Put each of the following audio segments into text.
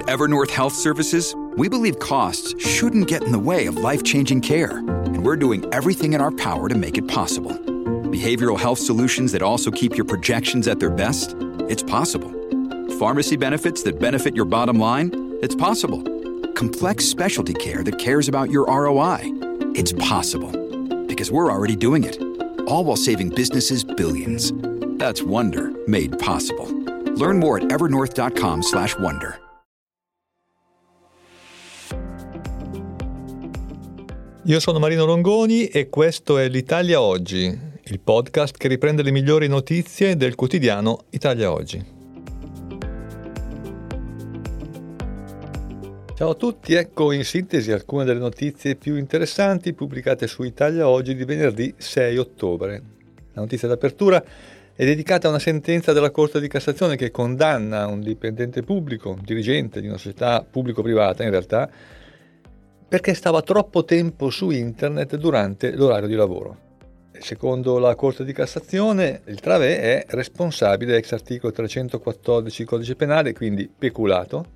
Evernorth Health Services, we believe costs shouldn't get in the way of life-changing care, and we're doing everything in our power to make it possible. Behavioral health solutions that also keep your projections at their best? It's possible. Pharmacy benefits that benefit your bottom line? It's possible. Complex specialty care that cares about your ROI? It's possible. Because we're already doing it. All while saving businesses billions. That's Wonder made possible. Learn more at evernorth.com/wonder. Io sono Marino Longoni e questo è l'Italia Oggi, il podcast che riprende le migliori notizie del quotidiano Italia Oggi. Ciao a tutti, ecco in sintesi alcune delle notizie più interessanti pubblicate su Italia Oggi di venerdì 6 ottobre. La notizia d'apertura è dedicata a una sentenza della Corte di Cassazione che condanna un dipendente pubblico, un dirigente di una società pubblico-privata in realtà, perché stava troppo tempo su internet durante l'orario di lavoro. Secondo la Corte di Cassazione il Travè è responsabile ex articolo 314 Codice Penale, quindi peculato,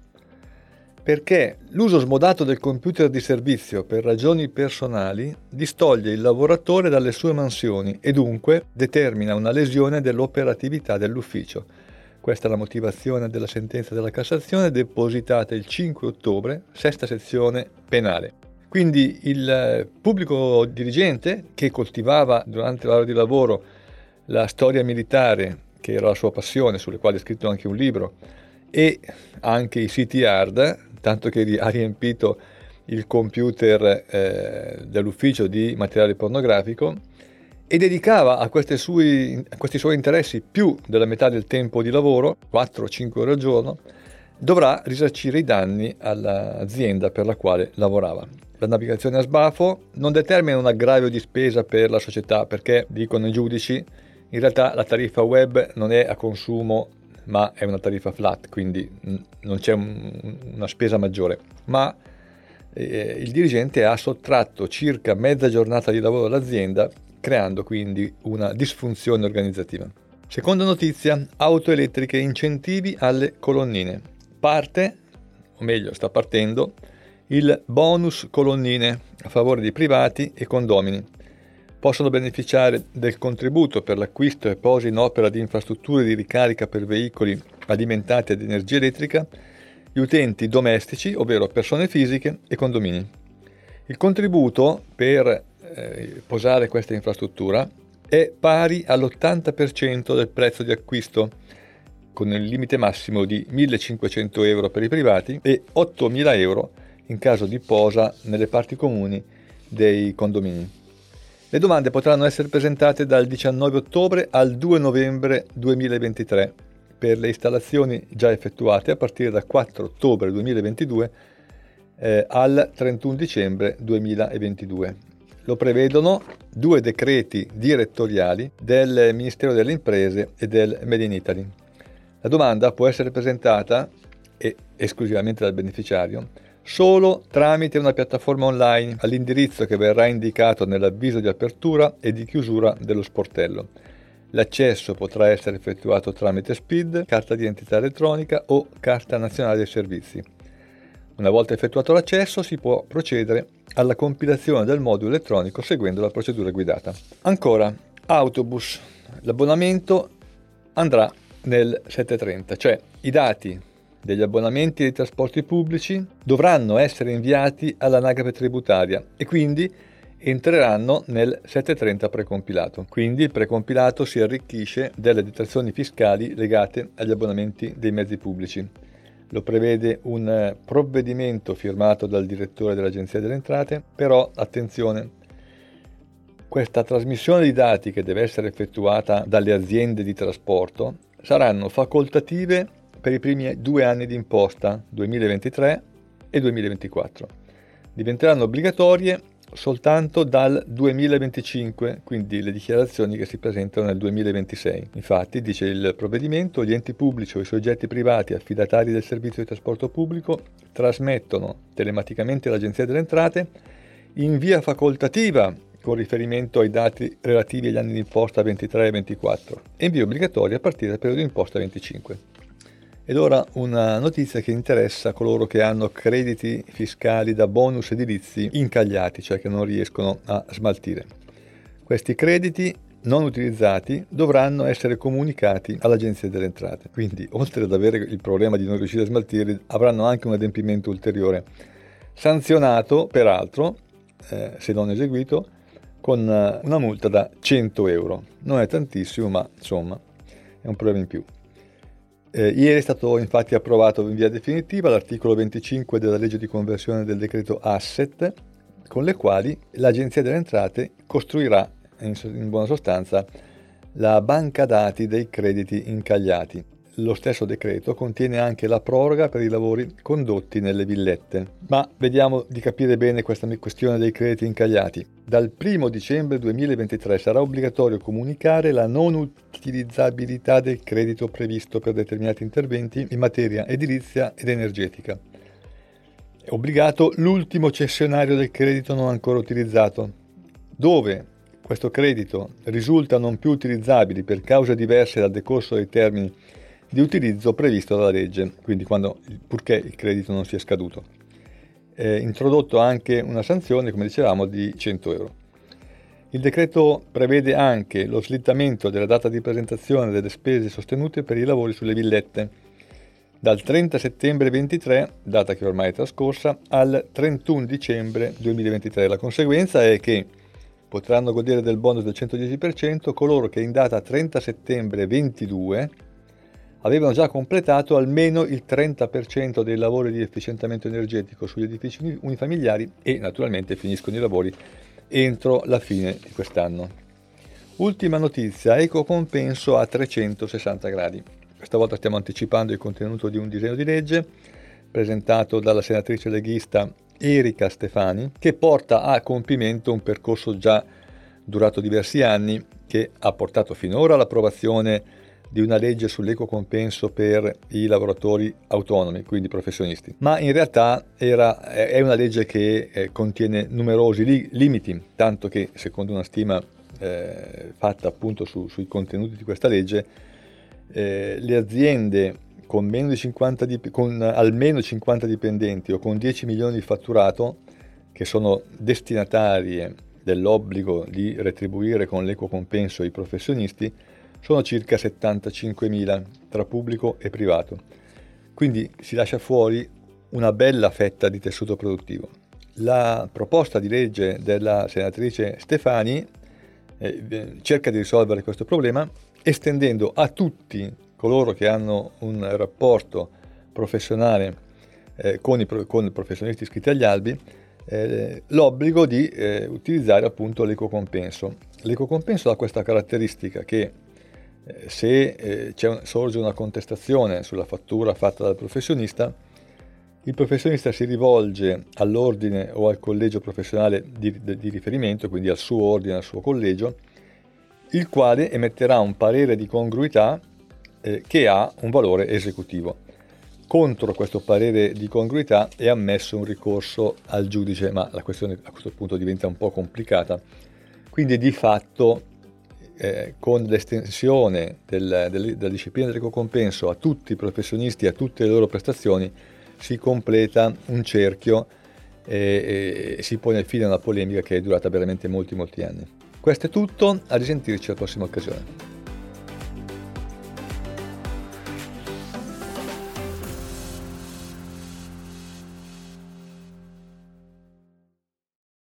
perché l'uso smodato del computer di servizio per ragioni personali distoglie il lavoratore dalle sue mansioni e dunque determina una lesione dell'operatività dell'ufficio. Questa è la motivazione della sentenza della Cassazione depositata il 5 ottobre, sesta sezione penale. Quindi il pubblico dirigente che coltivava durante l'orario di lavoro la storia militare, che era la sua passione, sulle quali ha scritto anche un libro, e anche i siti hard, tanto che ha riempito il computer dell'ufficio di materiale pornografico, e dedicava a questi suoi interessi più della metà del tempo di lavoro, 4-5 ore al giorno, dovrà risarcire i danni all'azienda per la quale lavorava. La navigazione a sbafo non determina un aggravio di spesa per la società perché, dicono i giudici, in realtà la tariffa web non è a consumo ma è una tariffa flat, quindi non c'è una spesa maggiore. Ma il dirigente ha sottratto circa mezza giornata di lavoro all'azienda, creando quindi una disfunzione organizzativa. Seconda notizia, auto elettriche, incentivi alle colonnine. Parte, o meglio sta partendo, il bonus colonnine a favore di privati e condomini. Possono beneficiare del contributo per l'acquisto e posa in opera di infrastrutture di ricarica per veicoli alimentati ad energia elettrica gli utenti domestici, ovvero persone fisiche e condomini. Il contributo per posare questa infrastruttura è pari all'80% del prezzo di acquisto, con il limite massimo di 1.500 euro per i privati e 8.000 euro in caso di posa nelle parti comuni dei condomini. Le domande potranno essere presentate dal 19 ottobre al 2 novembre 2023 per le installazioni già effettuate a partire dal 4 ottobre 2022 al 31 dicembre 2022. Lo prevedono 2 decreti direttoriali del Ministero delle Imprese e del Made in Italy. La domanda può essere presentata, e esclusivamente dal beneficiario, solo tramite una piattaforma online all'indirizzo che verrà indicato nell'avviso di apertura e di chiusura dello sportello. L'accesso potrà essere effettuato tramite SPID, carta di identità elettronica o carta nazionale dei servizi. Una volta effettuato l'accesso si può procedere alla compilazione del modulo elettronico seguendo la procedura guidata. Ancora, autobus. L'abbonamento andrà nel 730, cioè i dati degli abbonamenti dei trasporti pubblici dovranno essere inviati all'anagrafe tributaria e quindi entreranno nel 730 precompilato. Quindi il precompilato si arricchisce delle detrazioni fiscali legate agli abbonamenti dei mezzi pubblici. Lo prevede un provvedimento firmato dal direttore dell'Agenzia delle Entrate, però attenzione, questa trasmissione di dati che deve essere effettuata dalle aziende di trasporto saranno facoltative per i primi 2 anni di imposta, 2023 e 2024. Diventeranno obbligatorie soltanto dal 2025, quindi le dichiarazioni che si presentano nel 2026. Infatti, dice il provvedimento, gli enti pubblici o i soggetti privati affidatari del servizio di trasporto pubblico trasmettono telematicamente all'Agenzia delle Entrate in via facoltativa con riferimento ai dati relativi agli anni di imposta 23 e 24 e in via obbligatoria a partire dal periodo di imposta 25. Ed ora una notizia che interessa coloro che hanno crediti fiscali da bonus edilizi incagliati, cioè che non riescono a smaltire. Questi crediti non utilizzati dovranno essere comunicati all'Agenzia delle Entrate. Quindi, oltre ad avere il problema di non riuscire a smaltirli, avranno anche un adempimento ulteriore, sanzionato peraltro, se non eseguito, con una multa da 100 euro. Non è tantissimo, ma insomma è un problema in più. Ieri è stato infatti approvato in via definitiva l'articolo 25 della legge di conversione del decreto Asset, con le quali l'Agenzia delle Entrate costruirà, in buona sostanza, la banca dati dei crediti incagliati. Lo stesso decreto contiene anche la proroga per i lavori condotti nelle villette. Ma vediamo di capire bene questa questione dei crediti incagliati. Dal 1 dicembre 2023 sarà obbligatorio comunicare la non utilizzabilità del credito previsto per determinati interventi in materia edilizia ed energetica. È obbligato l'ultimo cessionario del credito non ancora utilizzato, dove questo credito risulta non più utilizzabile per cause diverse dal decorso dei termini di utilizzo previsto dalla legge, quindi purché il credito non sia scaduto. È introdotto anche una sanzione, come dicevamo, di 100 euro. Il decreto prevede anche lo slittamento della data di presentazione delle spese sostenute per i lavori sulle villette, dal 30 settembre 2023, data che ormai è trascorsa, al 31 dicembre 2023. La conseguenza è che potranno godere del bonus del 110% coloro che in data 30 settembre 2022 avevano già completato almeno il 30% dei lavori di efficientamento energetico sugli edifici unifamiliari e naturalmente finiscono i lavori entro la fine di quest'anno. Ultima notizia, ecocompenso a 360 gradi. Questa volta stiamo anticipando il contenuto di un disegno di legge presentato dalla senatrice leghista Erika Stefani, che porta a compimento un percorso già durato diversi anni, che ha portato finora all'approvazione di una legge sull'ecocompenso per i lavoratori autonomi, quindi professionisti. Ma in realtà è una legge che contiene numerosi limiti, tanto che secondo una stima fatta appunto sui contenuti di questa legge, le aziende con almeno 50 dipendenti o con 10 milioni di fatturato, che sono destinatarie dell'obbligo di retribuire con l'ecocompenso i professionisti, sono circa 75.000 tra pubblico e privato. Quindi si lascia fuori una bella fetta di tessuto produttivo. La proposta di legge della senatrice Stefani cerca di risolvere questo problema estendendo a tutti coloro che hanno un rapporto professionale con i professionisti iscritti agli albi l'obbligo di utilizzare appunto l'ecocompenso. L'ecocompenso ha questa caratteristica che se sorge una contestazione sulla fattura fatta dal professionista, il professionista si rivolge all'ordine o al collegio professionale di riferimento, quindi al suo ordine, al suo collegio, il quale emetterà un parere di congruità che ha un valore esecutivo. Contro questo parere di congruità è ammesso un ricorso al giudice, ma la questione a questo punto diventa un po' complicata. Quindi di fatto con l'estensione della disciplina dell'ecocompenso a tutti i professionisti e a tutte le loro prestazioni si completa un cerchio e si pone fine a una polemica che è durata veramente molti anni. Questo è tutto, a risentirci alla prossima occasione.